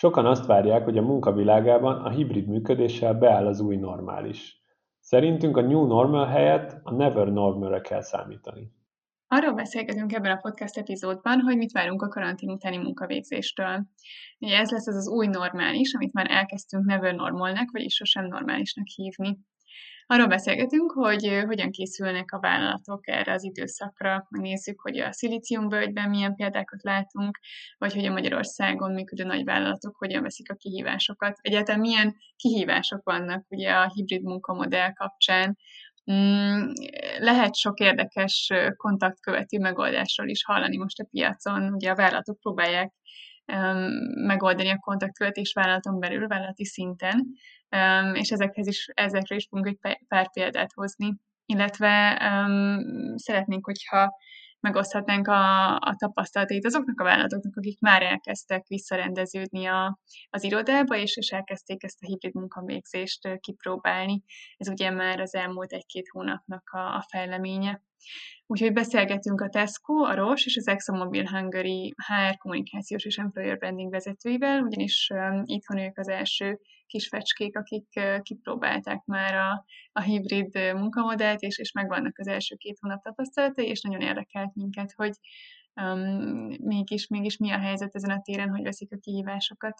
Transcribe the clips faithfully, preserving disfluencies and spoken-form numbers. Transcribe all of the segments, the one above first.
Sokan azt várják, hogy a munkavilágában a hibrid működéssel beáll az új normális. Szerintünk a new normal helyett a never normalre kell számítani. Arról beszélgetünk ebben a podcast epizódban, hogy mit várunk a karantén utáni munkavégzéstől. Ugye ez lesz az az új normális, amit már elkezdtünk never normalnek, vagyis sosem normálisnak hívni. Arról beszélgetünk, hogy hogyan készülnek a vállalatok erre az időszakra. Megnézzük, hogy a szilíciumvölgyben milyen példákat látunk, vagy hogy a Magyarországon működő nagyvállalatok hogyan veszik a kihívásokat. Egyáltalán milyen kihívások vannak ugye a hibrid munkamodell kapcsán. Lehet sok érdekes kontaktkövető megoldásról is hallani most a piacon. Ugye a vállalatok próbálják megoldani a kontaktkövetés vállalaton belül, vállalati szinten, és ezekhez is, ezekre is fogunk egy pár példát hozni. Illetve um, szeretnénk, hogyha megoszthatnánk a, a tapasztalatait azoknak a vállalatoknak, akik már elkezdtek visszarendeződni a, az irodába, és, és elkezdték ezt a hibrid munkavégzést kipróbálni. Ez ugye már az elmúlt egy-két hónapnak a, a fejleménye. Úgyhogy beszélgetünk a Tesco, a Roche és az ExxonMobil Hungary há er kommunikációs és employer branding vezetőivel, ugyanis um, itthon ők az első kis fecskék, akik uh, kipróbálták már a, a hibrid munkamodellt, és, és megvannak az első két hónap tapasztalatai, és nagyon érdekelt minket, hogy um, mégis, mégis mi a helyzet ezen a téren, hogy veszik a kihívásokat.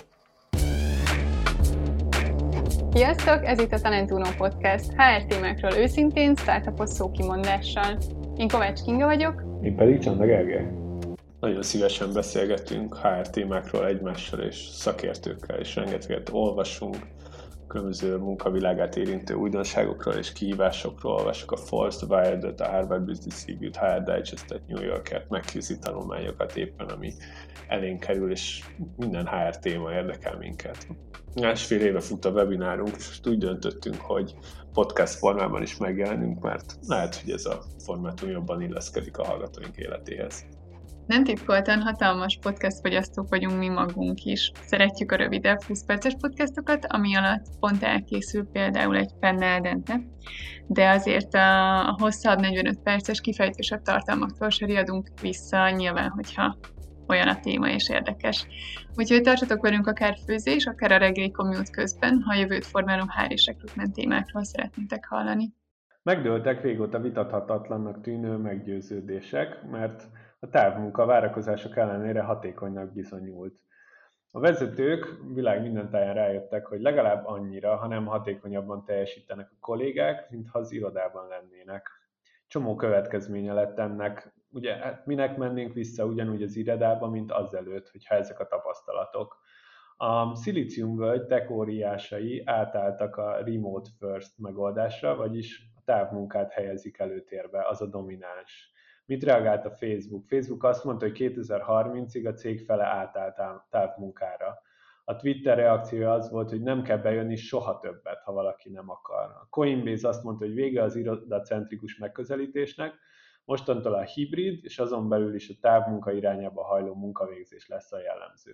Sziasztok! Ez itt a Talentuno Podcast. há er témákról őszintén, startupos szókimondással. Én Kovács Kinga vagyok. Én pedig Csanda Gergely. Nagyon szívesen beszélgetünk há er témákról egymással és szakértőkkel, és rengeteget olvasunk, különböző munkavilágát érintő újdonságokról és kihívásokról olvasok a Forbes, a Wired, a Harvard Business Review-t, há er Digest-et, New York-et, McKinsey tanulmányokat éppen, ami elénk kerül, és minden há er téma érdekel minket. Másfél éve fut a webinárunk, és úgy döntöttünk, hogy podcast formában is megjelenünk, mert lehet, hogy ez a formátum jobban illeszkedik a hallgatóink életéhez. Nem titkoltan hatalmas podcast fogyasztók vagyunk mi magunk is. Szeretjük a rövidebb húsz perces podcastokat, ami alatt pont elkészül például egy Penna al dente, de azért a, a hosszabb negyvenöt perces kifejtősebb tartalmaktól se riadunk vissza, nyilván, hogyha olyan a téma és érdekes. Úgyhogy tartsatok velünk akár főzés, akár a reggeli commute közben, ha a jövőt formáló há er és recruitment témákról szeretnétek hallani. Megdőltek régóta vitathatatlannak tűnő meggyőződések, mert a távmunka várakozások ellenére hatékonynak bizonyult. A vezetők világ minden táján rájöttek, hogy legalább annyira, ha nem hatékonyabban teljesítenek a kollégák, mintha az irodában lennének. Csomó következménye lett ennek. Ugye hát minek mennénk vissza ugyanúgy az irodába, mint azelőtt, hogyha ezek a tapasztalatok. A szilíciumvölgy tech óriásai átálltak a remote first megoldásra, vagyis a távmunkát helyezik előtérbe, az a domináns. Mit reagált a Facebook? Facebook azt mondta, hogy kétezer-harmincig a cég fele átállt távmunkára. A Twitter reakciója az volt, hogy nem kell bejönni soha többet, ha valaki nem akar. A Coinbase azt mondta, hogy vége az irodacentrikus megközelítésnek, mostantól a hibrid és azon belül is a távmunka irányába hajló munkavégzés lesz a jellemző.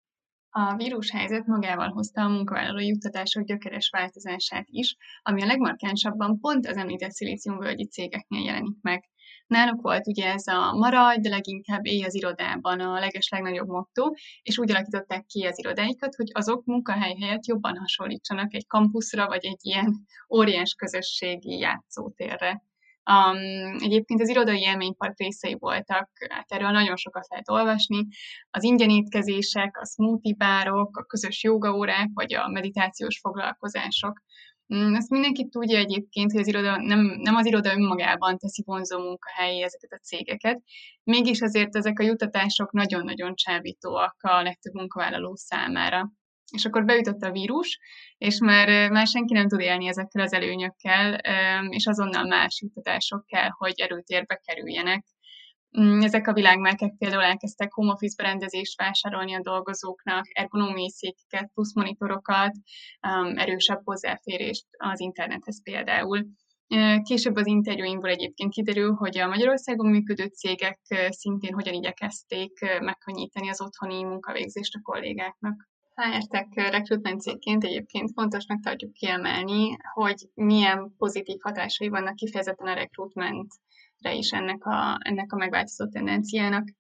A vírushelyzet magával hozta a munkavállalói juttatások gyökeres változását is, ami a legmarkánsabban pont az említett szilíciumvölgyi cégeknél jelenik meg. Náluk volt ugye ez a maradj, de leginkább élj az irodában a legeslegnagyobb motto, és úgy alakították ki az irodáikat, hogy azok munkahely helyett jobban hasonlítsanak egy kampuszra, vagy egy ilyen óriás közösségi játszótérre. Um, egyébként az irodai élménypark részei voltak, hát erről nagyon sokat lehet olvasni, az ingyen étkezések, a smoothie bárok, a közös jogaórák, vagy a meditációs foglalkozások. Ezt mindenki tudja egyébként, hogy az iroda, nem, nem az iroda önmagában teszi vonzó munkahelyé ezeket a cégeket, mégis azért ezek a juttatások nagyon-nagyon csábítóak a legtöbb munkavállaló számára. És akkor beütött a vírus, és már, már senki nem tud élni ezekkel az előnyökkel, és azonnal más juttatások kell, hogy előtérbe kerüljenek. Ezek a világmárkák például elkezdtek home office berendezést vásárolni a dolgozóknak, ergonómiai székeket, plusz monitorokat, erősebb hozzáférést az internethez például. Később az interjúinkból egyébként kiderül, hogy a Magyarországon működő cégek szintén hogyan igyekezték megkönnyíteni az otthoni munkavégzést a kollégáknak. há er Tech recruitment cégként egyébként fontosnak tartjuk kiemelni, hogy milyen pozitív hatásai vannak kifejezetten a recruitmentre is ennek a, ennek a megváltozott tendenciának.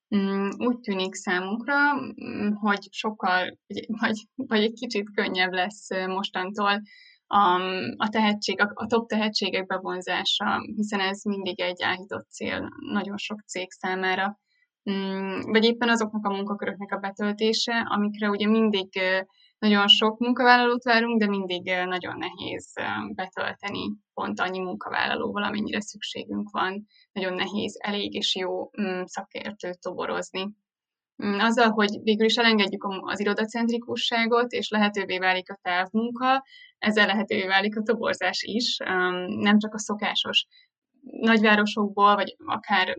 Úgy tűnik számunkra, hogy sokkal, vagy, vagy egy kicsit könnyebb lesz mostantól a, a tehetség, a, a top tehetségek bevonzása, hiszen ez mindig egy áhított cél nagyon sok cég számára. Vagy éppen azoknak a munkaköröknek a betöltése, amikre ugye mindig nagyon sok munkavállalót várunk, de mindig nagyon nehéz betölteni pont annyi munkavállalóval, amennyire szükségünk van. Nagyon nehéz elég és jó szakértőt toborozni. Azzal, hogy végül is elengedjük az irodacentrikusságot, és lehetővé válik a távmunka, ezzel lehetővé válik a toborzás is, nem csak a szokásos nagyvárosokból, vagy akár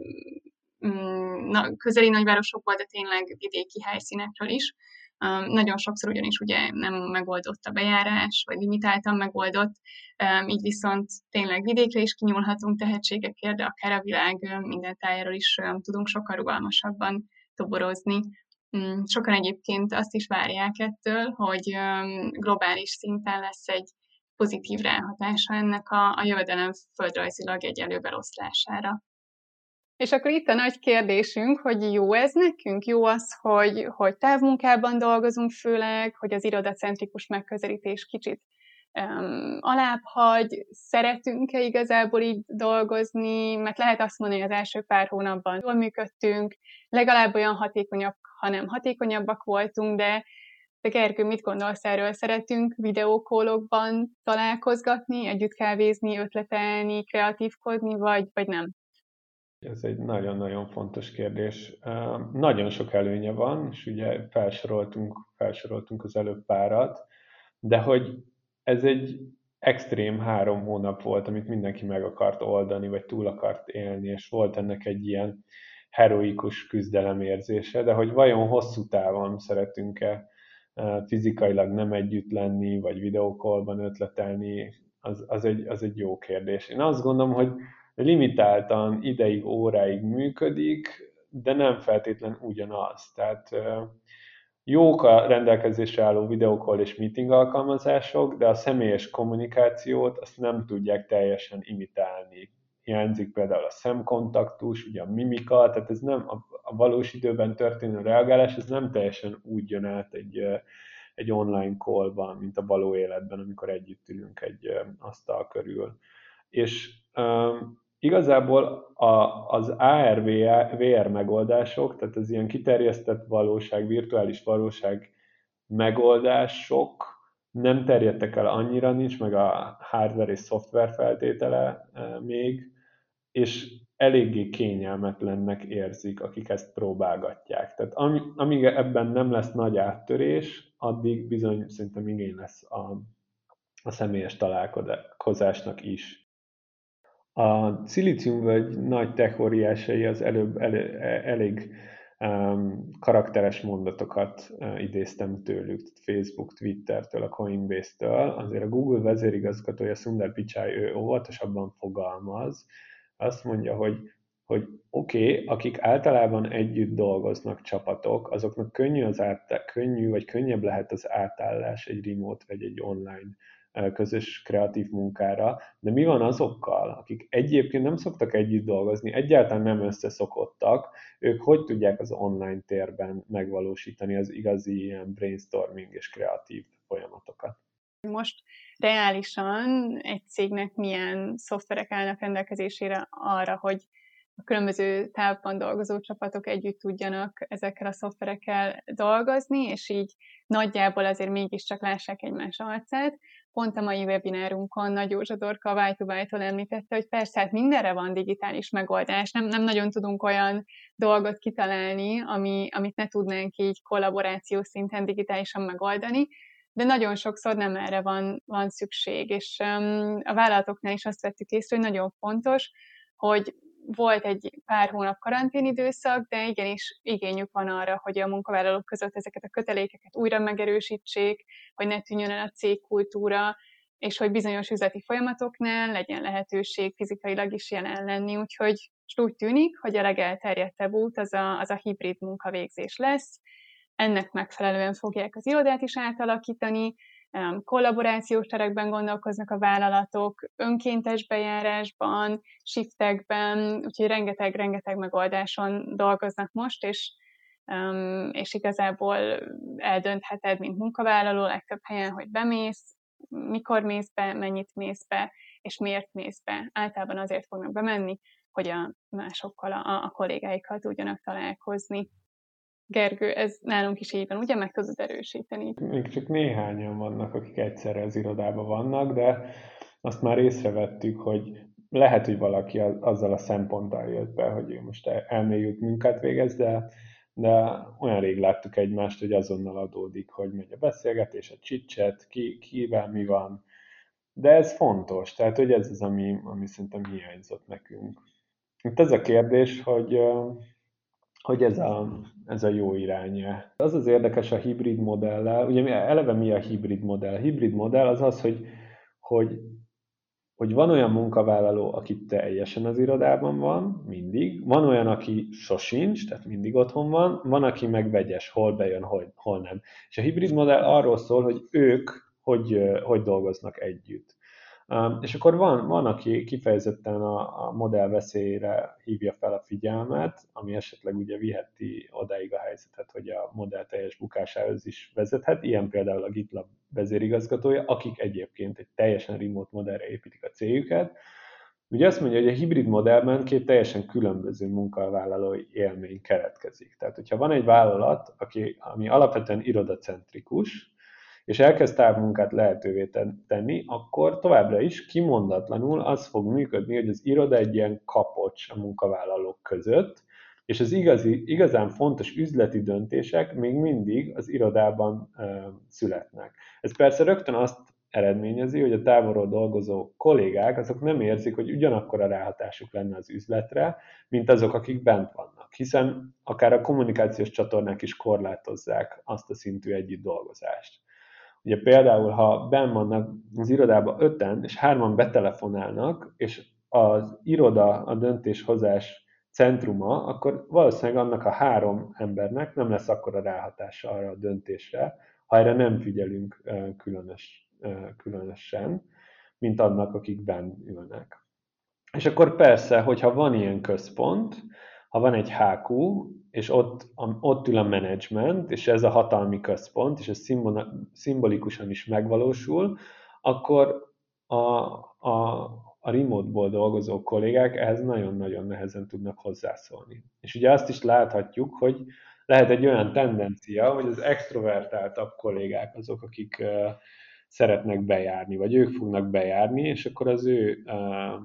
közeli nagyvárosokból, de tényleg vidéki helyszínekről is. Nagyon sokszor ugyanis ugye nem megoldott a bejárás, vagy limitáltan megoldott, így viszont tényleg vidékre is kinyúlhatunk tehetségekért, de akár a világ minden tájáról is tudunk sokkal rugalmasabban toborozni. Sokan egyébként azt is várják ettől, hogy globális szinten lesz egy pozitív ráhatása ennek a, a jövedelem földrajzilag egyenlő beloszlására. És akkor itt a nagy kérdésünk, hogy jó ez nekünk? Jó az, hogy, hogy távmunkában dolgozunk főleg, hogy az irodacentrikus megközelítés kicsit um, alábbhagy, szeretünk-e igazából így dolgozni, mert lehet azt mondani, hogy az első pár hónapban jól működtünk, legalább olyan hatékonyabb, hanem hatékonyabbak voltunk, de de Gergő, mit gondolsz erről? Szeretünk videókólokban találkozgatni, együtt kávézni, ötletelni, kreatívkodni, vagy, vagy nem? Ez egy nagyon-nagyon fontos kérdés. Nagyon sok előnye van, és ugye felsoroltunk, felsoroltunk az előbb párat, de hogy ez egy extrém három hónap volt, amit mindenki meg akart oldani, vagy túl akart élni, és volt ennek egy ilyen heroikus küzdelem érzése, de hogy vajon hosszú távon szeretünk-e fizikailag nem együtt lenni, vagy videókolban ötletelni, az, az, egy, az egy jó kérdés. Én azt gondolom, hogy limitáltan ideig, óráig működik, de nem feltétlen ugyanaz. Tehát jók a rendelkezésre álló videókol és meeting alkalmazások, de a személyes kommunikációt azt nem tudják teljesen imitálni. Hiányzik például a szemkontaktus, ugye a mimika, tehát ez nem a, a valós időben történő reagálás, ez nem teljesen úgy jön át egy, egy online callban, mint a való életben, amikor együtt ülünk egy asztal körül. És um, igazából a, az á er vé er megoldások, tehát az ilyen kiterjesztett valóság, virtuális valóság megoldások nem terjedtek el annyira, nincs meg a hardware és szoftver feltétele e, még, és eléggé kényelmetlennek érzik, akik ezt próbálgatják. Tehát ami, amíg ebben nem lesz nagy áttörés, addig bizony szerintem igény lesz a, a személyes találkozásnak is. A szilíciumvölgy nagy tech óriásai az előbb elő, elég um, karakteres mondatokat uh, idéztem tőlük, Facebook, Twittertől, a Coinbase-től. Azért a Google vezérigazgatója Sundar Pichai, ő óvatosabban fogalmaz. Azt mondja, hogy hogy oké, okay, akik általában együtt dolgoznak csapatok, azoknak könnyű, az át, könnyű vagy könnyebb lehet az átállás egy remote vagy egy online közös kreatív munkára, de mi van azokkal, akik egyébként nem szoktak együtt dolgozni, egyáltalán nem összeszokottak, ők hogy tudják az online térben megvalósítani az igazi ilyen brainstorming és kreatív folyamatokat? Most reálisan egy cégnek milyen szoftverek állnak rendelkezésére arra, hogy a különböző távban dolgozó csapatok együtt tudjanak ezekkel a szoftverekkel dolgozni, és így nagyjából azért mégiscsak lássák egymás arcát. Pont a mai webinárunkon Nagy Józsa Dorka a Y two Y-tól említette, hogy persze hát mindenre van digitális megoldás, nem, nem nagyon tudunk olyan dolgot kitalálni, ami, amit ne tudnánk így kollaboráció szinten digitálisan megoldani, de nagyon sokszor nem erre van, van szükség, és um, a vállalatoknál is azt vettük észre, hogy nagyon fontos, hogy volt egy pár hónap karanténidőszak, de igenis igényük van arra, hogy a munkavállalók között ezeket a kötelékeket újra megerősítsék, hogy ne tűnjön el a cégkultúra, és hogy bizonyos üzleti folyamatoknál legyen lehetőség fizikailag is jelen lenni. Úgyhogy úgy tűnik, hogy a legelterjedtebb út az a, az a hibrid munkavégzés lesz. Ennek megfelelően fogják az irodát is átalakítani, kollaborációs terekben gondolkoznak a vállalatok, önkéntes bejárásban, shiftekben, úgyhogy rengeteg-rengeteg megoldáson dolgoznak most, és, és igazából eldöntheted, mint munkavállaló legtöbb helyen, hogy bemész, mikor mész be, mennyit mész be, és miért mész be. Általában azért fognak bemenni, hogy a másokkal, a, a kollégáikkal tudjanak találkozni. Gergő, ez nálunk is így van, ugye? Meg tudod erősíteni? Még csak néhányan vannak, akik egyszerre az irodában vannak, de azt már észrevettük, hogy lehet, hogy valaki azzal a szemponttal jött be, hogy ő most elmélyült munkát végez, de, de olyan rég láttuk egymást, hogy azonnal adódik, hogy megy a beszélgetés, a chit-chat, ki, kivel mi van. De ez fontos, tehát hogy ez az, ami, ami szerintem hiányzott nekünk. Itt ez a kérdés, hogy hogy ez a, ez a jó irány-e. Az az érdekes a hibrid modellel, ugye eleve mi a hibrid modell? A hibrid modell az az, hogy, hogy, hogy van olyan munkavállaló, aki teljesen az irodában van, mindig, van olyan, aki sosincs, tehát mindig otthon van, van, aki meg vegyes, hol bejön, hol, hol nem. És a hibrid modell arról szól, hogy ők hogy, hogy dolgoznak együtt. És akkor van, van aki kifejezetten a, a modell veszélyére hívja fel a figyelmet, ami esetleg ugye viheti odáig a helyzetet, hogy a modell teljes bukásához is vezethet. Ilyen például a GitLab vezérigazgatója, akik egyébként egy teljesen remote modellre építik a cégüket. Ugye azt mondja, hogy a hibrid modellben két teljesen különböző munkavállalói élmény keletkezik. Tehát, hogyha van egy vállalat, aki, ami alapvetően irodacentrikus, és elkezd távmunkát lehetővé tenni, akkor továbbra is kimondatlanul az fog működni, hogy az iroda egy ilyen kapocs a munkavállalók között, és az igazi, igazán fontos üzleti döntések még mindig az irodában uh, születnek. Ez persze rögtön azt eredményezi, hogy a távolról dolgozó kollégák azok nem érzik, hogy ugyanakkor a ráhatásuk lenne az üzletre, mint azok, akik bent vannak, hiszen akár a kommunikációs csatornák is korlátozzák azt a szintű együtt dolgozást. Ugye például, ha benn vannak az irodában öten, és hárman betelefonálnak, és az iroda a döntéshozás centruma, akkor valószínűleg annak a három embernek nem lesz akkora ráhatása arra a döntésre, ha erre nem figyelünk különös, különösen, mint annak, akik benn ülnek. És akkor persze, hogyha van ilyen központ, ha van egy há kú, és ott, ott ül a menedzsment, és ez a hatalmi központ, és ez szimbolikusan is megvalósul, akkor a, a, a remote-ból dolgozó kollégák ehhez nagyon-nagyon nehezen tudnak hozzászólni. És ugye azt is láthatjuk, hogy lehet egy olyan tendencia, hogy az extrovertáltabb kollégák azok, akik uh, szeretnek bejárni, vagy ők fognak bejárni, és akkor az ő uh,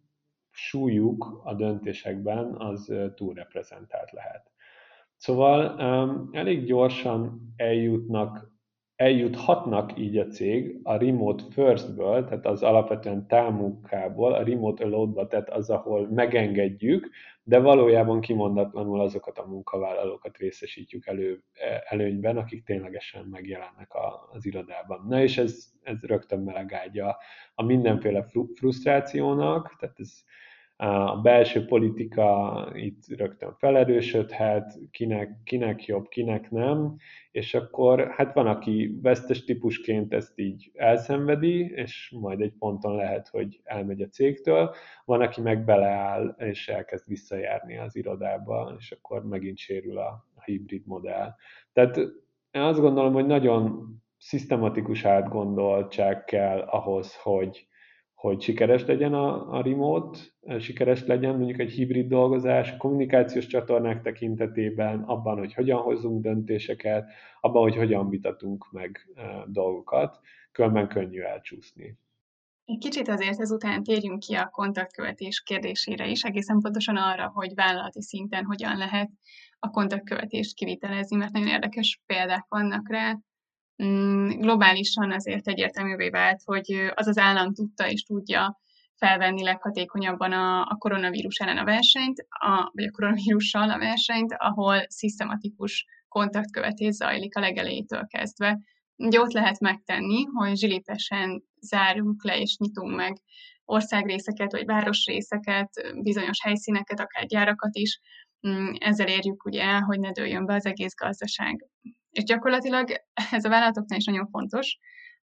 súlyuk a döntésekben az túlreprezentált lehet. Szóval um, elég gyorsan eljutnak, eljuthatnak így a cég a remote firstből, tehát az alapvetően távmunkából, a remote alone-ba, tehát az, ahol megengedjük, de valójában kimondatlanul azokat a munkavállalókat részesítjük elő, előnyben, akik ténylegesen megjelennek a, az irodában. Na és ez, ez rögtön melegágya a mindenféle frusztrációnak, tehát ez a belső politika itt rögtön felerősödhet, kinek, kinek jobb, kinek nem, és akkor hát van, aki vesztes típusként ezt így elszenvedi, és majd egy ponton lehet, hogy elmegy a cégtől, van, aki meg beleáll, és elkezd visszajárni az irodába, és akkor megint sérül a, a hibrid modell. Tehát én azt gondolom, hogy nagyon szisztematikus átgondoltság kell ahhoz, hogy hogy sikeres legyen a, a remote, sikeres legyen mondjuk egy hibrid dolgozás, kommunikációs csatornák tekintetében, abban, hogy hogyan hozzunk döntéseket, abban, hogy hogyan vitatunk meg dolgokat, különben könnyű elcsúszni. Egy kicsit azért ezután térjünk ki a kontaktkövetés kérdésére is, egészen pontosan arra, hogy vállalati szinten hogyan lehet a kontaktkövetést kivitelezni, mert nagyon érdekes példák vannak rá. Globálisan azért egyértelművé vált, hogy az az állam tudta és tudja felvenni leghatékonyabban a, a koronavírus ellen a versenyt, a, vagy a koronavírussal a versenyt, ahol szisztematikus kontaktkövetés zajlik a legelejétől kezdve. Ugye ott lehet megtenni, hogy zsilipesen zárunk le és nyitunk meg országrészeket, vagy városrészeket, bizonyos helyszíneket, akár gyárakat is. Ezzel érjük ugye el, hogy ne dőljön be az egész gazdaság. És gyakorlatilag ez a vállalatoknál is nagyon fontos,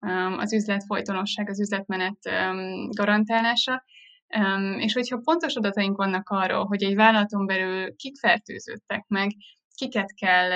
az üzlet folytonosság, az üzletmenet garantálása. És hogyha pontos adataink vannak arról, hogy egy vállalaton belül kik fertőződtek meg, kiket kell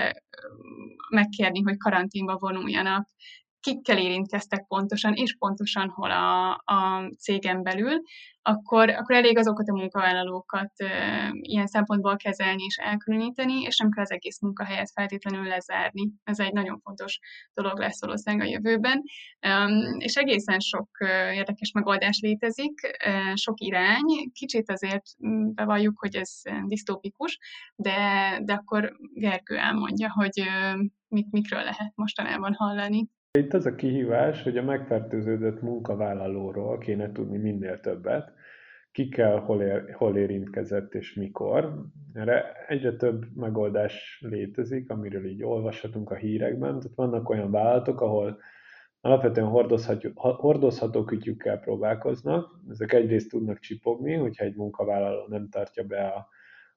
megkérni, hogy karanténba vonuljanak, kikkel érintkeztek pontosan, és pontosan hol a, a cégen belül, akkor, akkor elég azokat a munkavállalókat e, ilyen szempontból kezelni és elkülöníteni, és nem kell az egész munkahelyet feltétlenül lezárni. Ez egy nagyon fontos dolog lesz valószínűleg a jövőben. E, és egészen sok e, érdekes megoldás létezik, e, sok irány, kicsit azért bevalljuk, hogy ez disztópikus, de, de akkor Gergő elmondja, hogy e, mit, mikről lehet mostanában hallani. Itt az a kihívás, hogy a megfertőződött munkavállalóról kéne tudni minél többet, kikkel hol, ér, hol érintkezett és mikor. Erre egyre több megoldás létezik, amiről így olvashatunk a hírekben. Tehát vannak olyan vállalatok, ahol alapvetően hordozható, hordozható kütyükkel próbálkoznak. Ezek egyrészt tudnak csipogni, hogyha egy munkavállaló nem tartja be a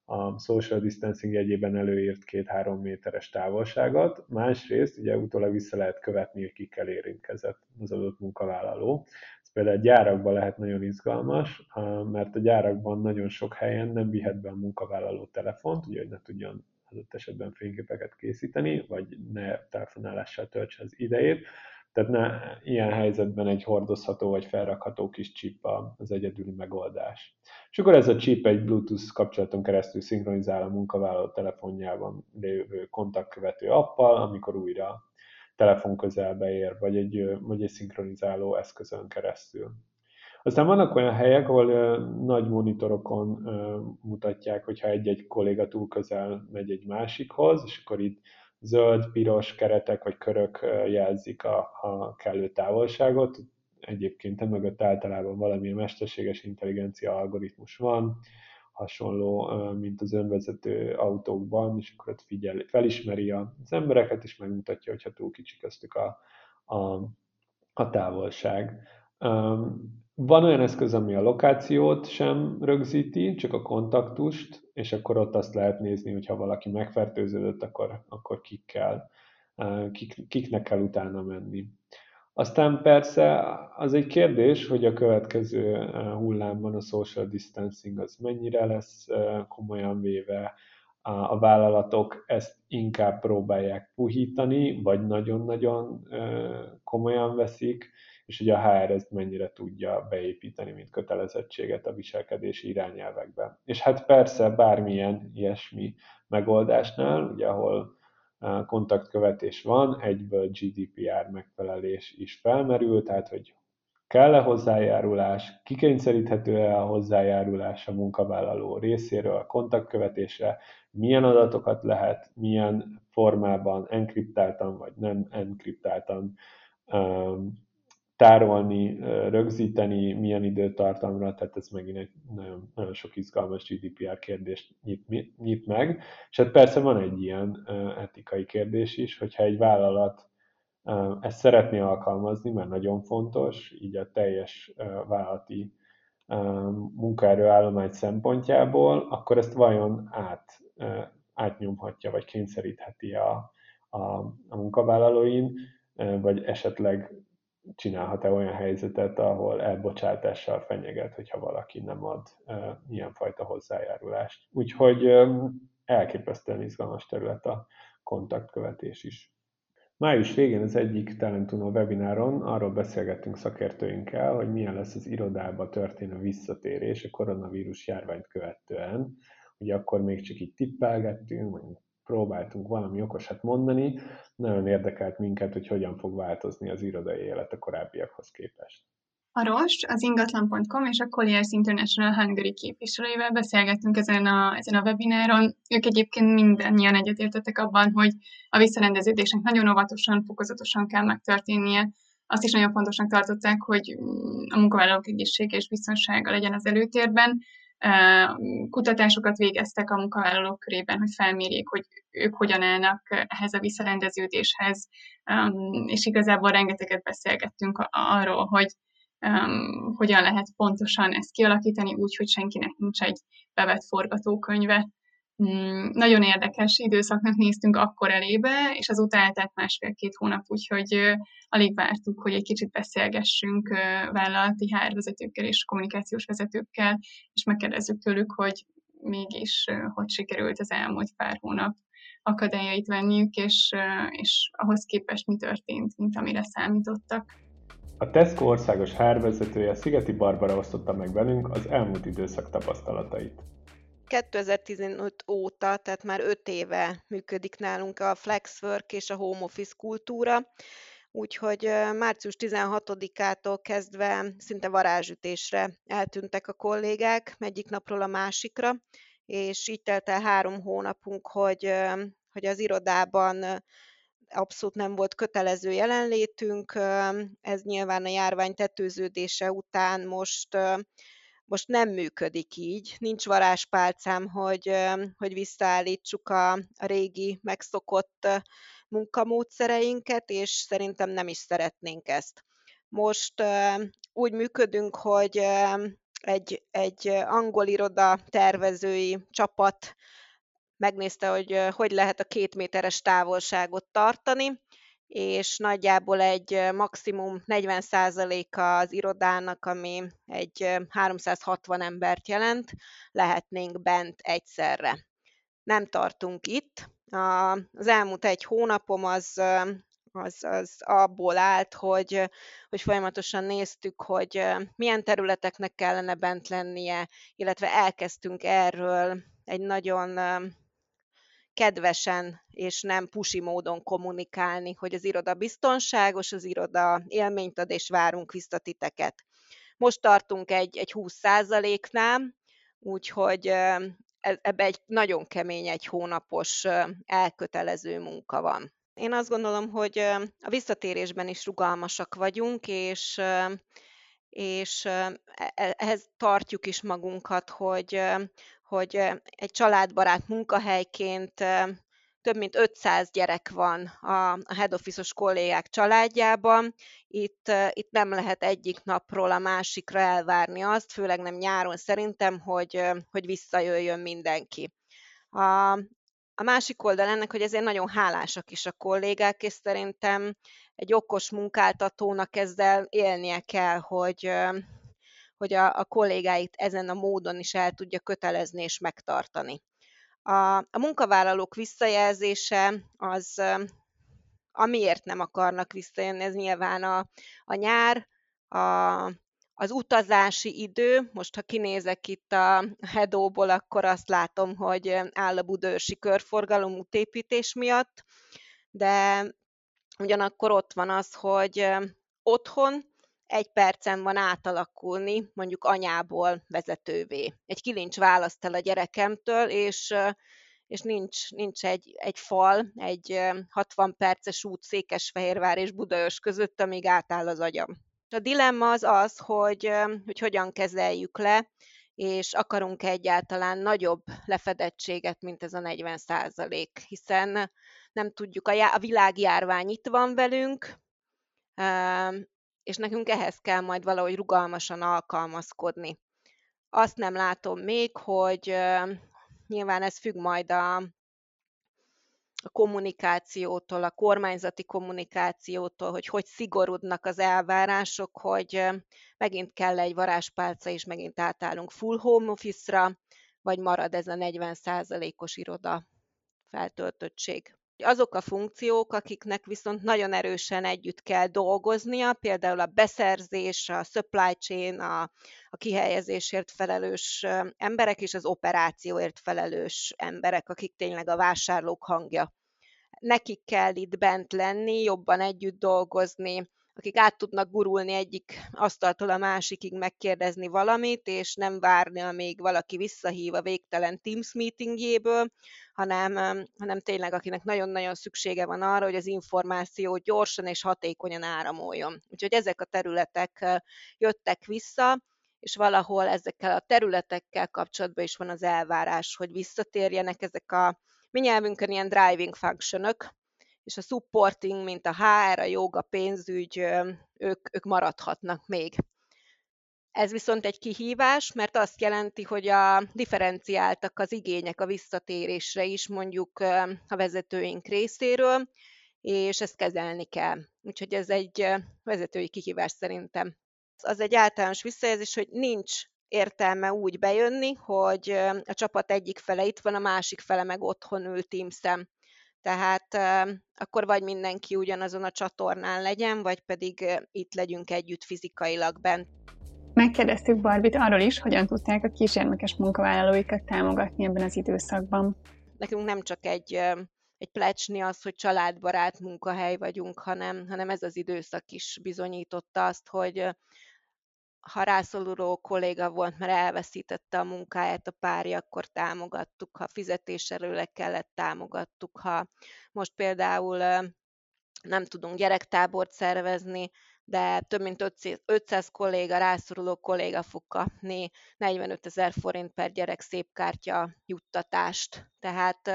a social distancing jegyében előírt két-három méteres távolságot, másrészt ugye utólag vissza lehet követni, hogy kikkel érintkezett az adott munkavállaló. Ez például a gyárakban lehet nagyon izgalmas, mert a gyárakban nagyon sok helyen nem vihet be a munkavállaló telefont, ugye, hogy ne tudjon adott esetben fényképeket készíteni, vagy ne telefonálással töltse az idejét. Tehát ne, ilyen helyzetben egy hordozható vagy felrakható kis chip az egyedüli megoldás. És akkor ez a chip egy Bluetooth kapcsolaton keresztül szinkronizál a munkavállaló telefonjában lévő kontaktkövető appal, amikor újra telefon közelbe ér, vagy egy, vagy egy szinkronizáló eszközön keresztül. Aztán vannak olyan helyek, ahol ö, nagy monitorokon ö, mutatják, hogyha egy-egy kolléga túl közel megy egy másikhoz, és akkor itt zöld, piros keretek vagy körök jelzik a, a kellő távolságot. Egyébként emögött általában valamilyen mesterséges intelligencia algoritmus van, hasonló, mint az önvezető autókban, és akkor ott figyel, felismeri az embereket, és megmutatja, hogyha túl kicsi köztük a, a, a távolság. Van olyan eszköz, ami a lokációt sem rögzíti, csak a kontaktust, és akkor ott azt lehet nézni, hogy ha valaki megfertőződött, akkor, akkor kikkel, kik, kiknek kell utána menni. Aztán persze az egy kérdés, hogy a következő hullámban a social distancing az mennyire lesz komolyan véve, a vállalatok ezt inkább próbálják puhítani, vagy nagyon-nagyon komolyan veszik, és hogy a há er ezt mennyire tudja beépíteni, mint kötelezettséget a viselkedési irányelvekbe. És hát persze bármilyen ilyesmi megoldásnál, ugye ahol kontaktkövetés van, egyből gé dé pé er megfelelés is felmerül, tehát hogy kell-e hozzájárulás, kikényszeríthető-e a hozzájárulás a munkavállaló részéről a kontaktkövetésre, milyen adatokat lehet, milyen formában, enkriptáltan vagy nem enkriptáltan um, tárolni, rögzíteni, milyen időtartamra, tehát ez megint egy nagyon, nagyon sok izgalmas gé dé pé er kérdést nyit, nyit meg. És hát persze van egy ilyen etikai kérdés is, hogyha egy vállalat ezt szeretné alkalmazni, mert nagyon fontos, így a teljes vállalati munkaerőállomány szempontjából, akkor ezt vajon át, átnyomhatja, vagy kényszerítheti a, a, a munkavállalóin, vagy esetleg csinálhat-e olyan helyzetet, ahol elbocsátással fenyeget, hogyha valaki nem ad ilyenfajta hozzájárulást. Úgyhogy elképesztően izgalmas terület a kontaktkövetés is. Május végén az egyik Talentuno webináron arról beszélgettünk szakértőinkkel, hogy milyen lesz az irodába történő visszatérés a koronavírus járványt követően. Ugye akkor még csak így tippelgettünk, vagy próbáltunk valami okosat mondani. Nagyon érdekelt minket, hogy hogyan fog változni az irodai élet a korábbiakhoz képest. A Rost, az ingatlan pont com és a Colliers International Hungary képviselőivel beszélgettünk ezen a, ezen a webináron. Ők egyébként mindannyian egyetértettek abban, hogy a visszarendeződésnek nagyon óvatosan, fokozatosan kell megtörténnie. Azt is nagyon fontosnak tartották, hogy a munkavállalók egészsége és biztonsága legyen az előtérben. Kutatásokat végeztek a munkavállalók körében, hogy felmérjék, hogy ők hogyan állnak ehhez a visszarendeződéshez, és igazából rengeteget beszélgettünk arról, hogy Um, hogyan lehet pontosan ezt kialakítani úgy, hogy senkinek nincs egy bevett forgatókönyve. Mm, nagyon érdekes időszaknak néztünk akkor elébe, és azóta eltelt másfél-két hónap, úgyhogy ö, alig vártuk, hogy egy kicsit beszélgessünk ö, vállalati há er vezetőkkel és kommunikációs vezetőkkel, és megkérdezzük tőlük, hogy mégis ö, hogy sikerült az elmúlt pár hónap akadályait venniük, és, ö, és ahhoz képest mi történt, mint amire számítottak. A Tesco országos há er vezetője, Szigeti Barbara osztotta meg velünk az elmúlt időszak tapasztalatait. kétezer-tizenöt óta, tehát már öt éve működik nálunk a flexwork és a home office kultúra, úgyhogy ö, március tizenhatodikától kezdve szinte varázsütésre eltűntek a kollégák egyik napról a másikra, és így telt el három hónapunk, hogy, ö, hogy az irodában ö, abszolút nem volt kötelező jelenlétünk. ö, Ez nyilván a járvány tetőződése után most ö, most nem működik így. Nincs varázspálcám, hogy, ö, hogy visszaállítsuk a, a régi, megszokott ö, munkamódszereinket, és szerintem nem is szeretnénk ezt. Most ö, úgy működünk, hogy ö, egy, egy angol iroda tervezői csapat megnézte, hogy ö, hogy lehet a két méteres távolságot tartani, és nagyjából egy ö, maximum negyven százaléka az irodának, ami egy ö, háromszázhatvan embert jelent, lehetnénk bent egyszerre. Nem tartunk itt. A, az elmúlt egy hónapom az, ö, az, az abból állt, hogy, hogy folyamatosan néztük, hogy ö, milyen területeknek kellene bent lennie, illetve elkezdtünk erről egy nagyon ö, kedvesen és nem pusi módon kommunikálni, hogy az iroda biztonságos, az iroda élményt ad, és várunk vissza titeket. Most tartunk egy, egy húsz százaléknál, úgyhogy ö, e- ebbe egy nagyon kemény, egy hónapos ö, elkötelező munka van. Én azt gondolom, hogy ö, a visszatérésben is rugalmasak vagyunk, és ö, és ö, e- e- ehhez tartjuk is magunkat, hogy, ö, hogy ö, egy családbarát munkahelyként ö, több mint ötszáz gyerek van a, a head office-os kollégák családjában. Itt, ö, itt nem lehet egyik napról a másikra elvárni azt, főleg nem nyáron szerintem, hogy, ö, hogy visszajöjjön mindenki. A, a másik oldal ennek, hogy ezért nagyon hálásak is a kollégák, és szerintem egy okos munkáltatónak ezzel élnie kell, hogy, ö, hogy a, a kollégáit ezen a módon is el tudja kötelezni és megtartani. A, a munkavállalók visszajelzése az, ö, amiért nem akarnak visszajönni, ez nyilván a, a nyár, a, az utazási idő. Most, ha kinézek itt a Hedóból, akkor azt látom, hogy áll a budaörsi körforgalom útépítés miatt, de ugyanakkor ott van az, hogy ö, otthon egy percen van átalakulni, mondjuk anyából vezetővé. Egy kilincs választ el a gyerekemtől, és, ö, és nincs, nincs egy, egy fal, egy ö, hatvan perces út Székesfehérvár és Budaörs között, amíg átáll az agyam. A dilemma az az, hogy, ö, hogy hogyan kezeljük le, és akarunk egyáltalán nagyobb lefedettséget, mint ez a negyven százalék, hiszen nem tudjuk, a, já- a világjárvány itt van velünk, ám, és nekünk ehhez kell majd valahogy rugalmasan alkalmazkodni. Azt nem látom még, hogy ö, nyilván ez függ majd a, a kommunikációtól, a kormányzati kommunikációtól, hogy hogy szigorodnak az elvárások, hogy ö, megint kell egy varázspálca, és megint átállunk full home office-ra, vagy marad ez a negyven százalékos iroda feltöltöttség. Azok a funkciók, akiknek viszont nagyon erősen együtt kell dolgoznia, például a beszerzés, a supply chain, a, a kihelyezésért felelős emberek és az operációért felelős emberek, akik tényleg a vásárlók hangja. Nekik kell itt bent lenni, jobban együtt dolgozni, akik át tudnak gurulni egyik asztaltól a másikig megkérdezni valamit, és nem várni, amíg valaki visszahív a végtelen Teams meetingjéből, hanem, hanem tényleg akinek nagyon-nagyon szüksége van arra, hogy az információ gyorsan és hatékonyan áramoljon. Úgyhogy ezek a területek jöttek vissza, és valahol ezekkel a területekkel kapcsolatban is van az elvárás, hogy visszatérjenek ezek a mi nyelvünkön ilyen driving functionok, és a supporting, mint a há er, a jog, a pénzügy, ők, ők maradhatnak még. Ez viszont egy kihívás, mert azt jelenti, hogy a differenciáltak az igények a visszatérésre is mondjuk a vezetőink részéről, és ezt kezelni kell. Úgyhogy ez egy vezetői kihívás szerintem. Az egy általános visszajelzés, hogy nincs értelme úgy bejönni, hogy a csapat egyik fele itt van, a másik fele meg otthon ül Teams-en. Tehát akkor vagy mindenki ugyanazon a csatornán legyen, vagy pedig itt legyünk együtt fizikailag bent. Megkérdeztük Barbit arról is, hogyan tudták a kisgyermekes munkavállalóikat támogatni ebben az időszakban. Nekünk nem csak egy, egy plecsni az, hogy családbarát munkahely vagyunk, hanem, hanem ez az időszak is bizonyította azt, hogy ha rászoruló kolléga volt, mert elveszítette a munkáját a párja, akkor támogattuk, ha fizetéserőle kellett, támogattuk, ha most például nem tudunk gyerektábort szervezni, de több mint ötszáz kolléga, rászoruló kolléga fog kapni negyvenötezer forint per gyerek szépkártya juttatást. Tehát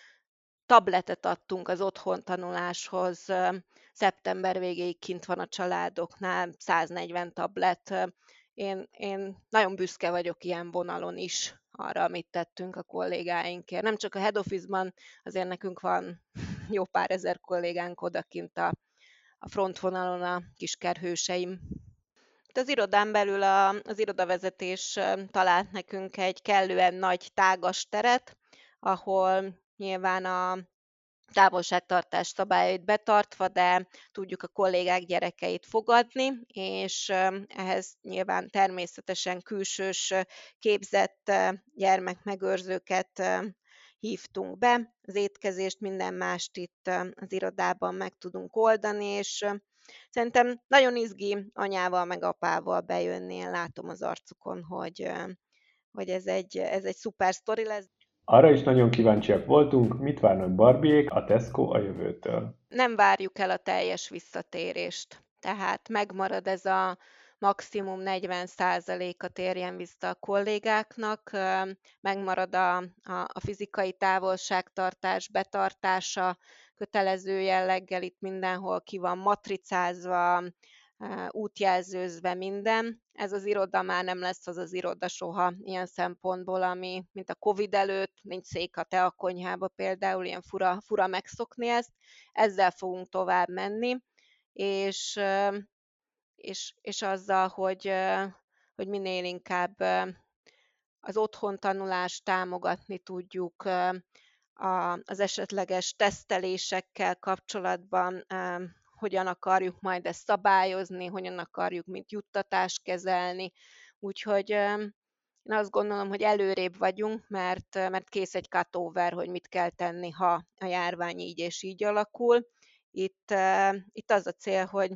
tabletet adtunk az otthon tanuláshoz, szeptember végéig kint van a családoknál, száznegyven tablet. Én, én nagyon büszke vagyok ilyen vonalon is arra, amit tettünk a kollégáinkért. Nem csak a head office-ban, azért nekünk van jó pár ezer kollégánk odakint a, a frontvonalon, a kiskerhőseim. Az irodán belül a, az irodavezetés talált nekünk egy kellően nagy, tágas teret, ahol nyilván a távolságtartás szabályait betartva, de tudjuk a kollégák gyerekeit fogadni, és ehhez nyilván természetesen külsős képzett gyermekmegőrzőket hívtunk be. Az étkezést, minden mást itt az irodában meg tudunk oldani, és szerintem nagyon izgi anyával meg apával bejönni. Én látom az arcukon, hogy, hogy ez egy, ez egy szuper sztori lesz. Arra is nagyon kíváncsiak voltunk, mit várnak Barbiék a Tesco a jövőtől. Nem várjuk el a teljes visszatérést. Tehát megmarad ez a maximum negyven százaléka térjen vissza a kollégáknak, megmarad a, a, a fizikai távolságtartás betartása, kötelező jelleggel itt mindenhol ki van matricázva, útjelzőzve minden. Ez az iroda már nem lesz az az iroda soha ilyen szempontból, ami, mint a Covid előtt, nincs szék a teakonyhába például, ilyen fura, fura megszokni ezt. Ezzel fogunk tovább menni, és, és, és azzal, hogy, hogy minél inkább az otthon tanulást támogatni tudjuk, az esetleges tesztelésekkel kapcsolatban hogyan akarjuk majd ezt szabályozni, hogyan akarjuk mint juttatást kezelni. Úgyhogy én azt gondolom, hogy előrébb vagyunk, mert, mert kész egy cutover, hogy mit kell tenni, ha a járvány így és így alakul. Itt, itt az a cél, hogy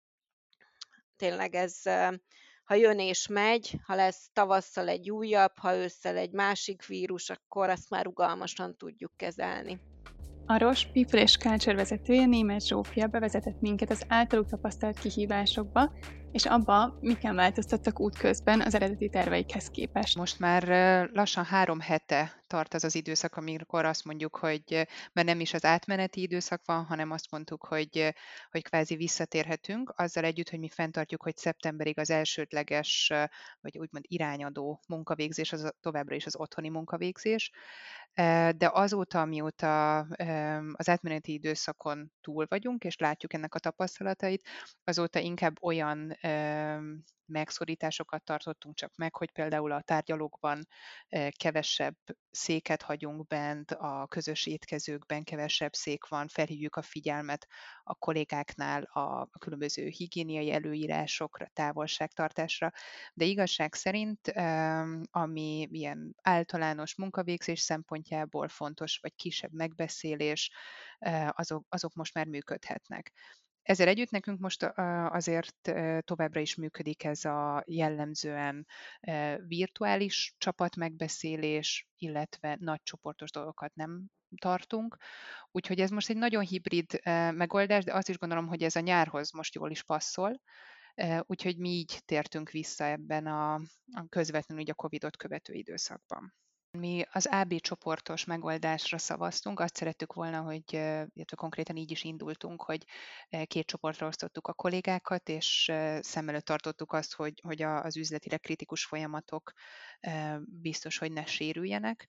tényleg ez, ha jön és megy, ha lesz tavasszal egy újabb, ha ősszel egy másik vírus, akkor azt már rugalmasan tudjuk kezelni. A Roche People és Culture vezetője, Németh Zsófia bevezetett minket az általuk tapasztalt kihívásokba, és abba, miken változtattak útközben az eredeti terveikhez képest. Most már lassan három hete tart az az időszak, amikor azt mondjuk, hogy mert nem is az átmeneti időszak van, hanem azt mondtuk, hogy, hogy kvázi visszatérhetünk, azzal együtt, hogy mi fenntartjuk, hogy szeptemberig az elsődleges, vagy úgymond irányadó munkavégzés, az továbbra is az otthoni munkavégzés. De azóta, mióta az átmeneti időszakon túl vagyunk, és látjuk ennek a tapasztalatait, azóta inkább olyan megszorításokat tartottunk csak meg, hogy például a tárgyalókban kevesebb széket hagyunk bent, a közös étkezőkben kevesebb szék van, felhívjuk a figyelmet a kollégáknál a különböző higiéniai előírásokra, távolságtartásra, de igazság szerint, ami ilyen általános munkavégzés szempontjából fontos, vagy kisebb megbeszélés, azok, azok most már működhetnek. Ezzel együtt nekünk most azért továbbra is működik ez a jellemzően virtuális csapatmegbeszélés, illetve nagy csoportos dolgokat nem tartunk. Úgyhogy ez most egy nagyon hibrid megoldás, de azt is gondolom, hogy ez a nyárhoz most jól is passzol. Úgyhogy mi így tértünk vissza ebben a, a közvetlenül a Covidot követő időszakban. Mi az á bé csoportos megoldásra szavaztunk, azt szerettük volna, hogy, illetve konkrétan így is indultunk, hogy két csoportra osztottuk a kollégákat, és szem előtt tartottuk azt, hogy, hogy az üzletileg kritikus folyamatok biztos, hogy ne sérüljenek.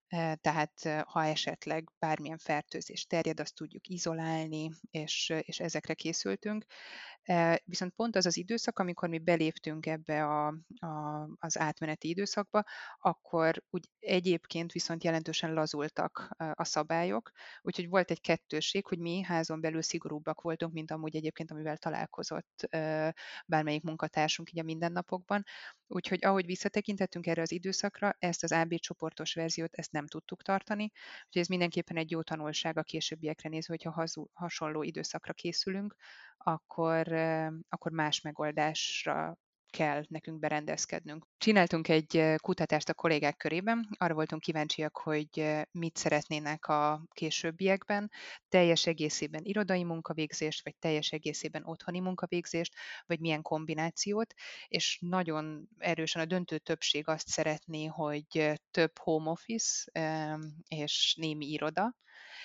Tehát ha esetleg bármilyen fertőzés terjed, azt tudjuk izolálni, és, és ezekre készültünk. Viszont pont az az időszak, amikor mi beléptünk ebbe a, a, az átmeneti időszakba, akkor úgy egyébként viszont jelentősen lazultak a szabályok, úgyhogy volt egy kettősség, hogy mi házon belül szigorúbbak voltunk, mint amúgy egyébként, amivel találkozott bármelyik munkatársunk így a mindennapokban. Úgyhogy ahogy visszatekintettünk erre az időszakra, ezt az á bé csoportos verziót, ezt nem tudtuk tartani, úgyhogy ez mindenképpen egy jó tanulság a későbbiekre nézve, hogyha hazú, hasonló időszakra készülünk, akkor, akkor más megoldásra kell nekünk berendezkednünk. Csináltunk egy kutatást a kollégák körében, arra voltunk kíváncsiak, hogy mit szeretnének a későbbiekben, teljes egészében irodai munkavégzést, vagy teljes egészében otthoni munkavégzést, vagy milyen kombinációt, és nagyon erősen a döntő többség azt szeretné, hogy több home office és némi iroda,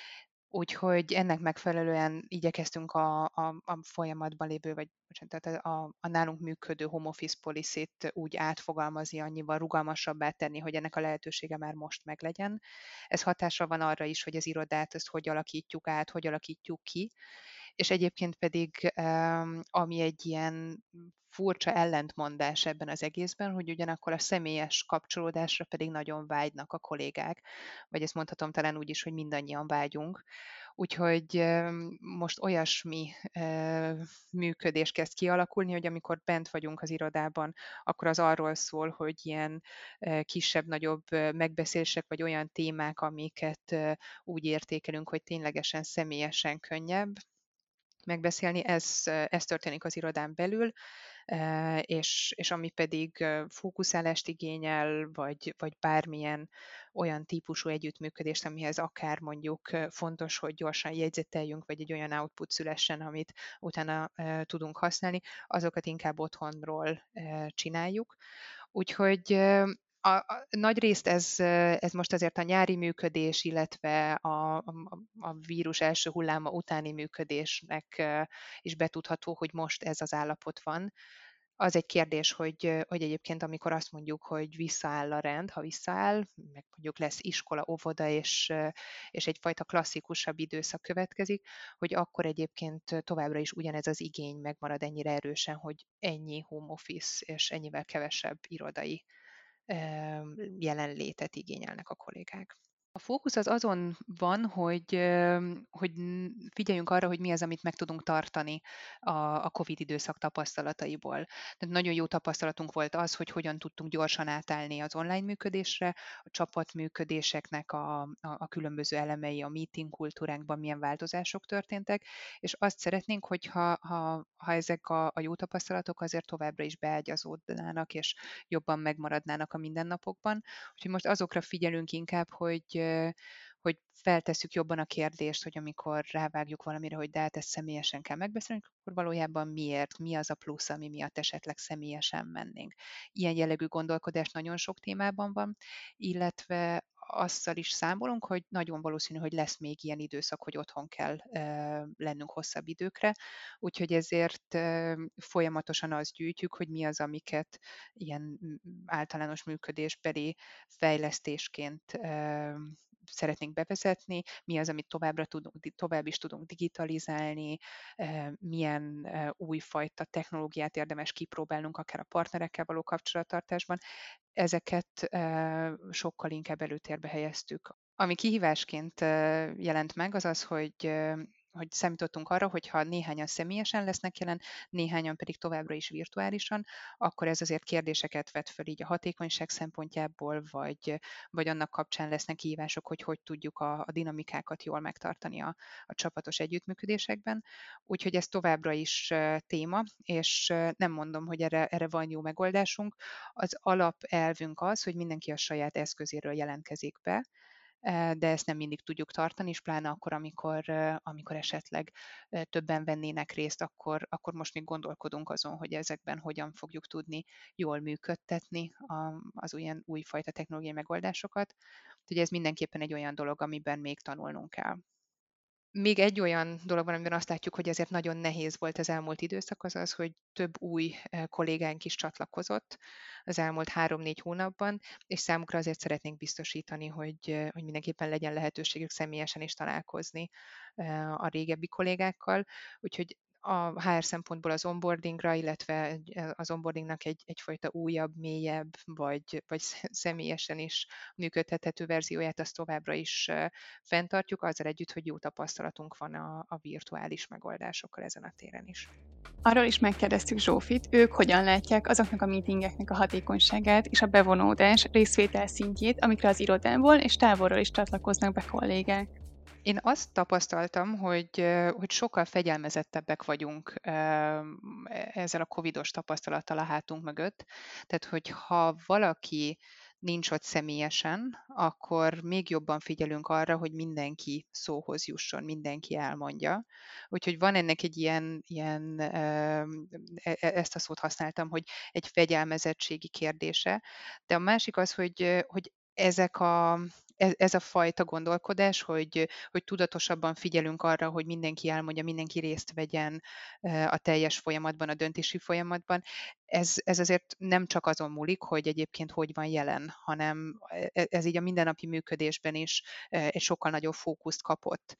úgyhogy ennek megfelelően igyekeztünk a, a, a folyamatban lévő, vagy bocsánat, tehát a, a nálunk működő home office policy-t úgy átfogalmazni, annyival rugalmasabbá tenni, hogy ennek a lehetősége már most meglegyen. Ez hatással van arra is, hogy az irodát ezt hogy alakítjuk át, hogy alakítjuk ki, és egyébként pedig, ami egy ilyen furcsa ellentmondás ebben az egészben, hogy ugyanakkor a személyes kapcsolódásra pedig nagyon vágynak a kollégák, vagy ezt mondhatom talán úgy is, hogy mindannyian vágyunk. Úgyhogy most olyasmi működés kezd kialakulni, hogy amikor bent vagyunk az irodában, akkor az arról szól, hogy ilyen kisebb-nagyobb megbeszélések, vagy olyan témák, amiket úgy értékelünk, hogy ténylegesen személyesen könnyebb megbeszélni, ez, ez történik az irodán belül, és, és ami pedig fókuszálást igényel, vagy, vagy bármilyen olyan típusú együttműködést, amihez akár mondjuk fontos, hogy gyorsan jegyzeteljünk, vagy egy olyan output szülessen, amit utána tudunk használni, azokat inkább otthonról csináljuk. Úgyhogy a, a, nagy részt ez, ez most azért a nyári működés, illetve a, a, a vírus első hulláma utáni működésnek is betudható, hogy most ez az állapot van. Az egy kérdés, hogy, hogy egyébként amikor azt mondjuk, hogy visszaáll a rend, ha visszaáll, meg mondjuk lesz iskola, óvoda, és, és egyfajta klasszikusabb időszak következik, hogy akkor egyébként továbbra is ugyanez az igény megmarad ennyire erősen, hogy ennyi home office és ennyivel kevesebb irodai jelenlétet igényelnek a kollégák. A fókusz az azon van, hogy, hogy figyeljünk arra, hogy mi az, amit meg tudunk tartani a, a COVID időszak tapasztalataiból. Tehát nagyon jó tapasztalatunk volt az, hogy hogyan tudtunk gyorsan átállni az online működésre, a csapatműködéseknek a, a, a különböző elemei, a meeting kultúránkban milyen változások történtek, és azt szeretnénk, hogyha ha, ha ezek a, a jó tapasztalatok azért továbbra is beágyazódnának, és jobban megmaradnának a mindennapokban. Úgyhogy most azokra figyelünk inkább, hogy hogy feltesszük jobban a kérdést, hogy amikor rávágjuk valamire, hogy de hát ezt személyesen kell megbeszélni, akkor valójában miért, mi az a plusz, ami miatt esetleg személyesen mennénk. Ilyen jellegű gondolkodás nagyon sok témában van, illetve azzal is számolunk, hogy nagyon valószínű, hogy lesz még ilyen időszak, hogy otthon kell uh, lennünk hosszabb időkre, úgyhogy ezért uh, folyamatosan azt gyűjtjük, hogy mi az, amiket ilyen általános működésbeli fejlesztésként uh, szeretnénk bevezetni, mi az, amit továbbra tudunk, tovább is tudunk digitalizálni, milyen újfajta technológiát érdemes kipróbálnunk, akár a partnerekkel való kapcsolattartásban. Ezeket sokkal inkább előtérbe helyeztük. Ami kihívásként jelent meg, az az, hogy hogy számítottunk arra, hogy ha néhányan személyesen lesznek jelen, néhányan pedig továbbra is virtuálisan, akkor ez azért kérdéseket vet föl így a hatékonyság szempontjából, vagy, vagy annak kapcsán lesznek kihívások, hogy hogy tudjuk a, a dinamikákat jól megtartani a, a csapatos együttműködésekben. Úgyhogy ez továbbra is téma, és nem mondom, hogy erre, erre van jó megoldásunk. Az alapelvünk az, hogy mindenki a saját eszközéről jelentkezik be, de ezt nem mindig tudjuk tartani, és pláne akkor, amikor, amikor esetleg többen vennének részt, akkor, akkor most még gondolkodunk azon, hogy ezekben hogyan fogjuk tudni jól működtetni az olyan újfajta technológiai megoldásokat. Úgyhogy ez mindenképpen egy olyan dolog, amiben még tanulnunk kell. Még egy olyan dolog van, amiben azt látjuk, hogy ezért nagyon nehéz volt az elmúlt időszak, az az, hogy több új kollégánk is csatlakozott az elmúlt három-négy hónapban, és számukra azért szeretnénk biztosítani, hogy, hogy mindenképpen legyen lehetőségük személyesen is találkozni a régebbi kollégákkal. Úgyhogy a há er szempontból az onboardingra, illetve az onboardingnak egy, egyfajta újabb, mélyebb, vagy, vagy személyesen is működtethető verzióját, azt továbbra is fenntartjuk, azzal együtt, hogy jó tapasztalatunk van a, a virtuális megoldásokkal ezen a téren is. Arról is megkérdeztük Zsófit, ők hogyan látják azoknak a meetingeknek a hatékonyságát és a bevonódás, részvétel szintjét, amikre az irodából és távolról is csatlakoznak be kollégák. Én azt tapasztaltam, hogy, hogy sokkal fegyelmezettebbek vagyunk ezzel a covidos tapasztalattal a hátunk mögött. Tehát, hogy ha valaki nincs ott személyesen, akkor még jobban figyelünk arra, hogy mindenki szóhoz jusson, mindenki elmondja. Úgyhogy van ennek egy ilyen, ilyen ezt a szót használtam, hogy egy fegyelmezettségi kérdése. De a másik az, hogy, hogy ezek a, ez, ez a fajta gondolkodás, hogy, hogy tudatosabban figyelünk arra, hogy mindenki elmondja, mindenki részt vegyen a teljes folyamatban, a döntési folyamatban, ez, ez azért nem csak azon múlik, hogy egyébként hogy van jelen, hanem ez így a mindennapi működésben is egy sokkal nagyobb fókuszt kapott.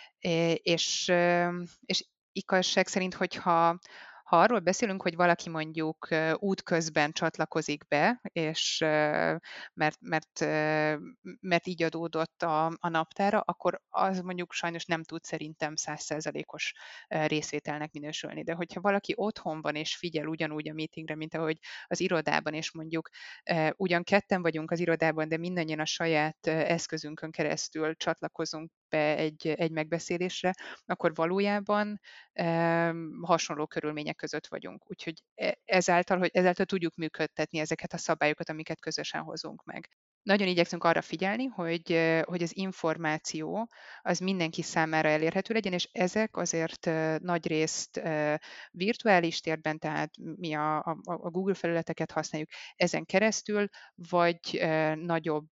És, és igazság szerint, hogyha ha arról beszélünk, hogy valaki mondjuk útközben csatlakozik be, és mert, mert, mert így adódott a, a naptára, akkor az mondjuk sajnos nem tud szerintem száz százalékos részvételnek minősülni. De hogyha valaki otthon van és figyel ugyanúgy a meetingre, mint ahogy az irodában, és mondjuk ugyan ketten vagyunk az irodában, de mindannyian a saját eszközünkön keresztül csatlakozunk be egy, egy megbeszélésre, akkor valójában hasonló körülmények között vagyunk. Úgyhogy ezáltal, hogy ezáltal tudjuk működtetni ezeket a szabályokat, amiket közösen hozunk meg. Nagyon igyekszünk arra figyelni, hogy, hogy az információ az mindenki számára elérhető legyen, és ezek azért nagyrészt virtuális térben, tehát mi a, a, a Google felületeket használjuk ezen keresztül, vagy nagyobb,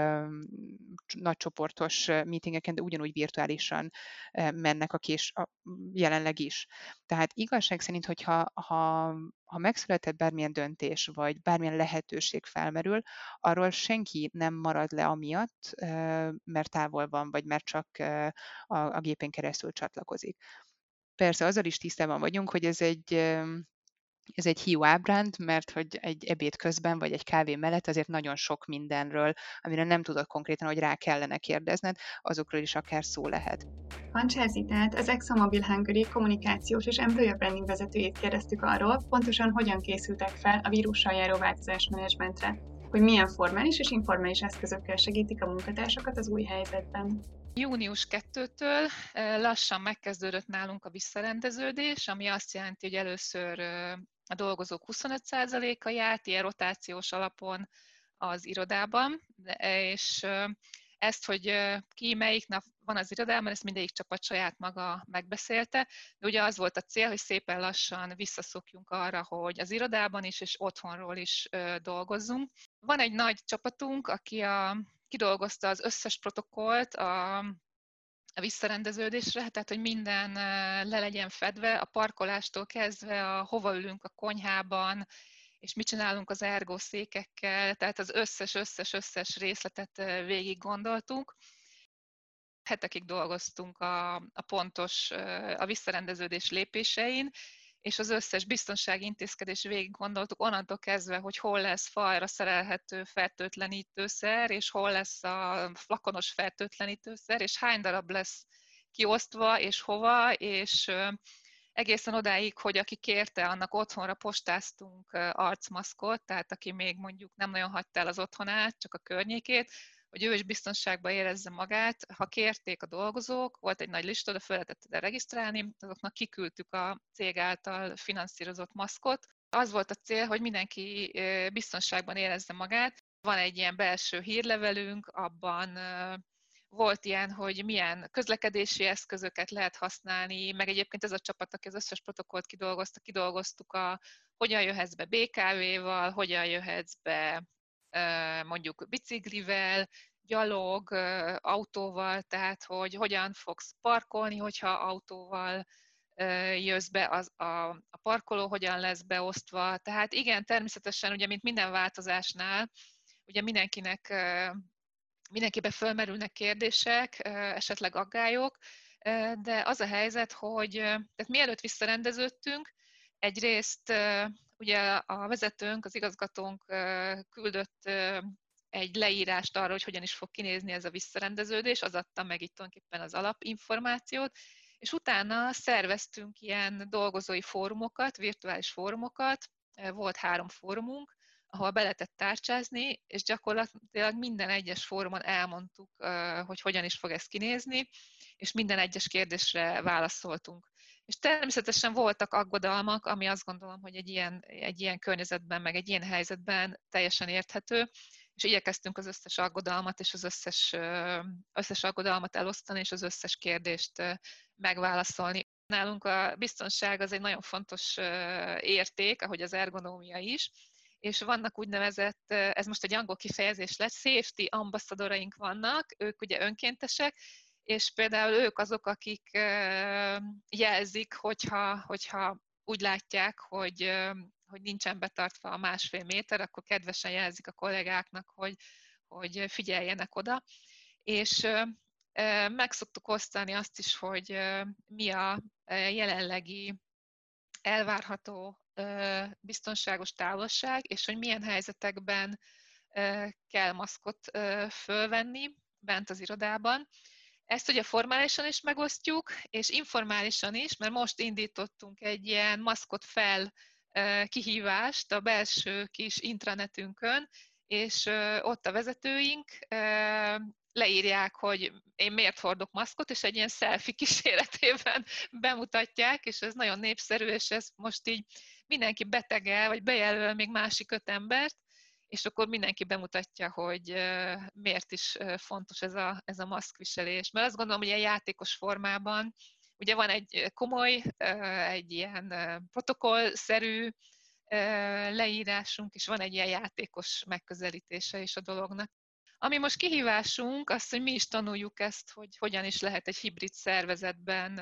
nagycsoportos meetingeken, de ugyanúgy virtuálisan mennek a kés a, jelenleg is. Tehát igazság szerint, hogyha ha, ha megszületett bármilyen döntés, vagy bármilyen lehetőség felmerül, arról senki nem marad le amiatt, mert távol van, vagy mert csak a, a gépen keresztül csatlakozik. Persze azzal is tisztában vagyunk, hogy ez egy Ez egy hiú ábránd, mert hogy egy ebéd közben, vagy egy kávé mellett azért nagyon sok mindenről, amire nem tudod konkrétan, hogy rá kellene kérdezned, azokról is akár szó lehet. Hancsárzitát, az ExxonMobil Hungary kommunikációs és employer branding vezetőjét kérdeztük arról, pontosan hogyan készültek fel a vírussal járó változásmenedzsmentre, hogy milyen formális és informális eszközökkel segítik a munkatársakat az új helyzetben. június kettőtől lassan megkezdődött nálunk a visszarendeződés, ami azt jelenti, hogy először a dolgozók huszonöt százaléka járt ilyen rotációs alapon az irodában, és ezt, hogy ki melyik nap van az irodában, ezt mindegyik csapat saját maga megbeszélte, de ugye az volt a cél, hogy szépen lassan visszaszokjunk arra, hogy az irodában is és otthonról is dolgozzunk. Van egy nagy csapatunk, aki a, kidolgozta az összes protokollt a, a visszarendeződésre, tehát hogy minden le legyen fedve, a parkolástól kezdve, a hova ülünk a konyhában, és mit csinálunk az ergo székekkel, tehát az összes, összes, összes részletet végig gondoltunk. Hetekig dolgoztunk a, a pontos, a visszarendeződés lépésein, és az összes biztonsági intézkedés végig gondoltuk, onnantól kezdve, hogy hol lesz falra szerelhető fertőtlenítőszer, és hol lesz a flakonos fertőtlenítőszer, és hány darab lesz kiosztva, és hova, és egészen odáig, hogy aki kérte, annak otthonra postáztunk arcmaszkot, tehát aki még mondjuk nem nagyon hagyta el az otthonát, csak a környékét, hogy ő is biztonságban érezze magát. Ha kérték a dolgozók, volt egy nagy lista, de fel lehetett ide regisztrálni, azoknak kiküldtük a cég által finanszírozott maszkot. Az volt a cél, hogy mindenki biztonságban érezze magát. Van egy ilyen belső hírlevelünk, abban volt ilyen, hogy milyen közlekedési eszközöket lehet használni, meg egyébként ez a csapat, aki az összes protokollt kidolgozta, kidolgoztuk a hogyan jöhetsz be bé ká véval, hogyan jöhetsz be mondjuk biciklivel, gyalog, autóval, tehát hogy hogyan fogsz parkolni, hogyha autóval jössz be, az, a, a parkoló hogyan lesz beosztva. Tehát igen, természetesen, ugye, mint minden változásnál, ugye mindenkinek, mindenkibe fölmerülnek kérdések, esetleg aggályok, de az a helyzet, hogy tehát mielőtt visszarendeződtünk, egyrészt ugye a vezetőnk, az igazgatónk küldött egy leírást arra, hogy hogyan is fog kinézni ez a visszarendeződés, az adta meg itt tulajdonképpen az alapinformációt, és utána szerveztünk ilyen dolgozói fórumokat, virtuális fórumokat, volt három fórumunk, ahol be lehetett tárcsázni, és gyakorlatilag minden egyes fórumon elmondtuk, hogy hogyan is fog ez kinézni, és minden egyes kérdésre válaszoltunk. És természetesen voltak aggodalmak, ami azt gondolom, hogy egy ilyen, egy ilyen környezetben, meg egy ilyen helyzetben teljesen érthető, és igyekeztünk az összes aggodalmat és az összes, összes aggodalmat elosztani, és az összes kérdést megválaszolni. Nálunk a biztonság az egy nagyon fontos érték, ahogy az ergonómia is, és vannak úgynevezett, ez most egy angol kifejezés lett, safety ambassadoraink vannak, ők ugye önkéntesek, és például ők azok, akik jelzik, hogyha, hogyha úgy látják, hogy, hogy nincsen betartva a másfél méter, akkor kedvesen jelzik a kollégáknak, hogy, hogy figyeljenek oda. És meg szoktuk osztani azt is, hogy mi a jelenlegi elvárható biztonságos távolság, és hogy milyen helyzetekben kell maszkot fölvenni bent az irodában. Ezt ugye formálisan is megosztjuk, és informálisan is, mert most indítottunk egy ilyen maszkot fel kihívást a belső kis intranetünkön, és ott a vezetőink leírják, hogy én miért hordok maszkot, és egy ilyen selfie kíséretében bemutatják, és ez nagyon népszerű, és ez most így mindenki betegel, vagy bejelöl még másik öt embert, és akkor mindenki bemutatja, hogy miért is fontos ez a, ez a maszkviselés. Mert azt gondolom, hogy ilyen játékos formában, ugye van egy komoly, egy ilyen protokollszerű leírásunk, és van egy ilyen játékos megközelítése is a dolognak. Ami most kihívásunk, az, hogy mi is tanuljuk ezt, hogy hogyan is lehet egy hibrid szervezetben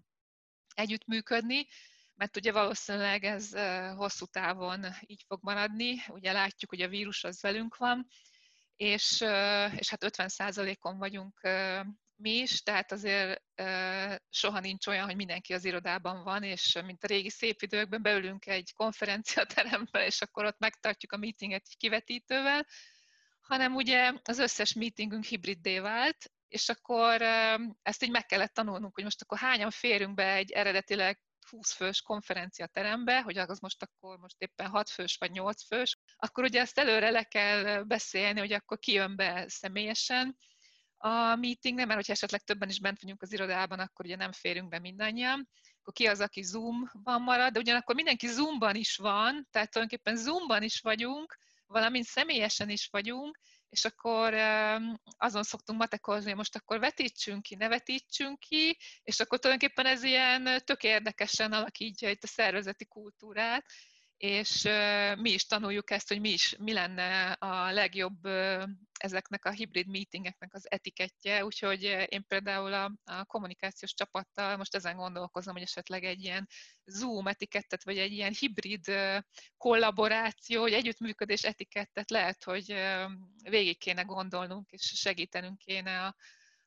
együttműködni, mert ugye valószínűleg ez hosszú távon így fog maradni. Ugye látjuk, hogy a vírus az velünk van, és, és hát ötven százalékon vagyunk mi is, tehát azért soha nincs olyan, hogy mindenki az irodában van, és mint a régi szép időkben beülünk egy konferenciaterembe, és akkor ott megtartjuk a meetinget egy kivetítővel, hanem ugye az összes meetingünk hibriddé vált, és akkor ezt így meg kellett tanulnunk, hogy most akkor hányan férünk be egy eredetileg húsz fős konferenciaterembe, hogy az most akkor most éppen hat fős vagy nyolc fős, akkor ugye ezt előre le kell beszélni, hogy akkor ki jön be személyesen a meetingre, mert hogyha esetleg többen is bent vagyunk az irodában, akkor ugye nem férünk be mindannyian, akkor ki az, aki Zoom-ban marad, de ugyanakkor mindenki Zoom-ban is van, tehát tulajdonképpen Zoom-ban is vagyunk, valamint személyesen is vagyunk, és akkor azon szoktunk matekozni, hogy most akkor vetítsünk ki, ne vetítsünk ki, és akkor tulajdonképpen ez ilyen tök érdekesen alakítja itt a szervezeti kultúrát, és mi is tanuljuk ezt, hogy mi is, mi lenne a legjobb ezeknek a hibrid meetingeknek az etikettje, úgyhogy én például a, a kommunikációs csapattal most ezen gondolkozom, hogy esetleg egy ilyen Zoom etikettet, vagy egy ilyen hibrid kollaboráció, vagy együttműködés etikettet lehet, hogy végig kéne gondolnunk, és segítenünk kéne a,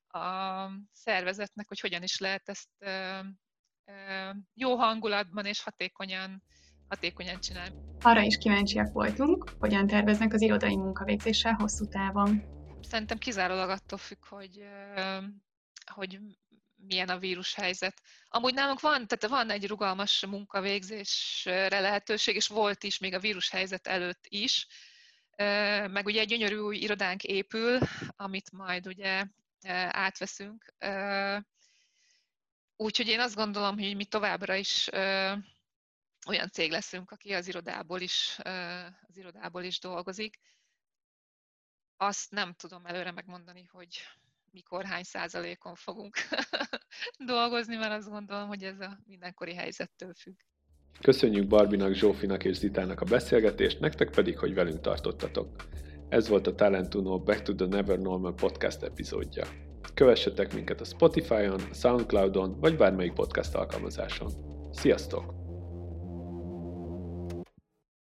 a szervezetnek, hogy hogyan is lehet ezt jó hangulatban és hatékonyan hatékonyan csinálni. Arra is kíváncsiak voltunk, hogyan terveznek az irodai munkavégzéssel hosszú távon. Szerintem kizárólag attól függ, hogy, hogy milyen a vírushelyzet. Amúgy nálunk van, tehát van egy rugalmas munkavégzésre lehetőség, és volt is még a vírushelyzet előtt is. Meg ugye egy gyönyörű új irodánk épül, amit majd ugye átveszünk. Úgyhogy én azt gondolom, hogy mi továbbra is olyan cég leszünk, aki az irodából is, az irodából is dolgozik. Azt nem tudom előre megmondani, hogy mikor, hány százalékon fogunk dolgozni, mert azt gondolom, hogy ez a mindenkori helyzettől függ. Köszönjük Barbinak, Zsófinak és Zitának a beszélgetést, nektek pedig, hogy velünk tartottatok. Ez volt a Talentuno Back to the Never Normal podcast epizódja. Kövessetek minket a Spotify-on, a Soundcloud-on, vagy bármelyik podcast alkalmazáson. Sziasztok!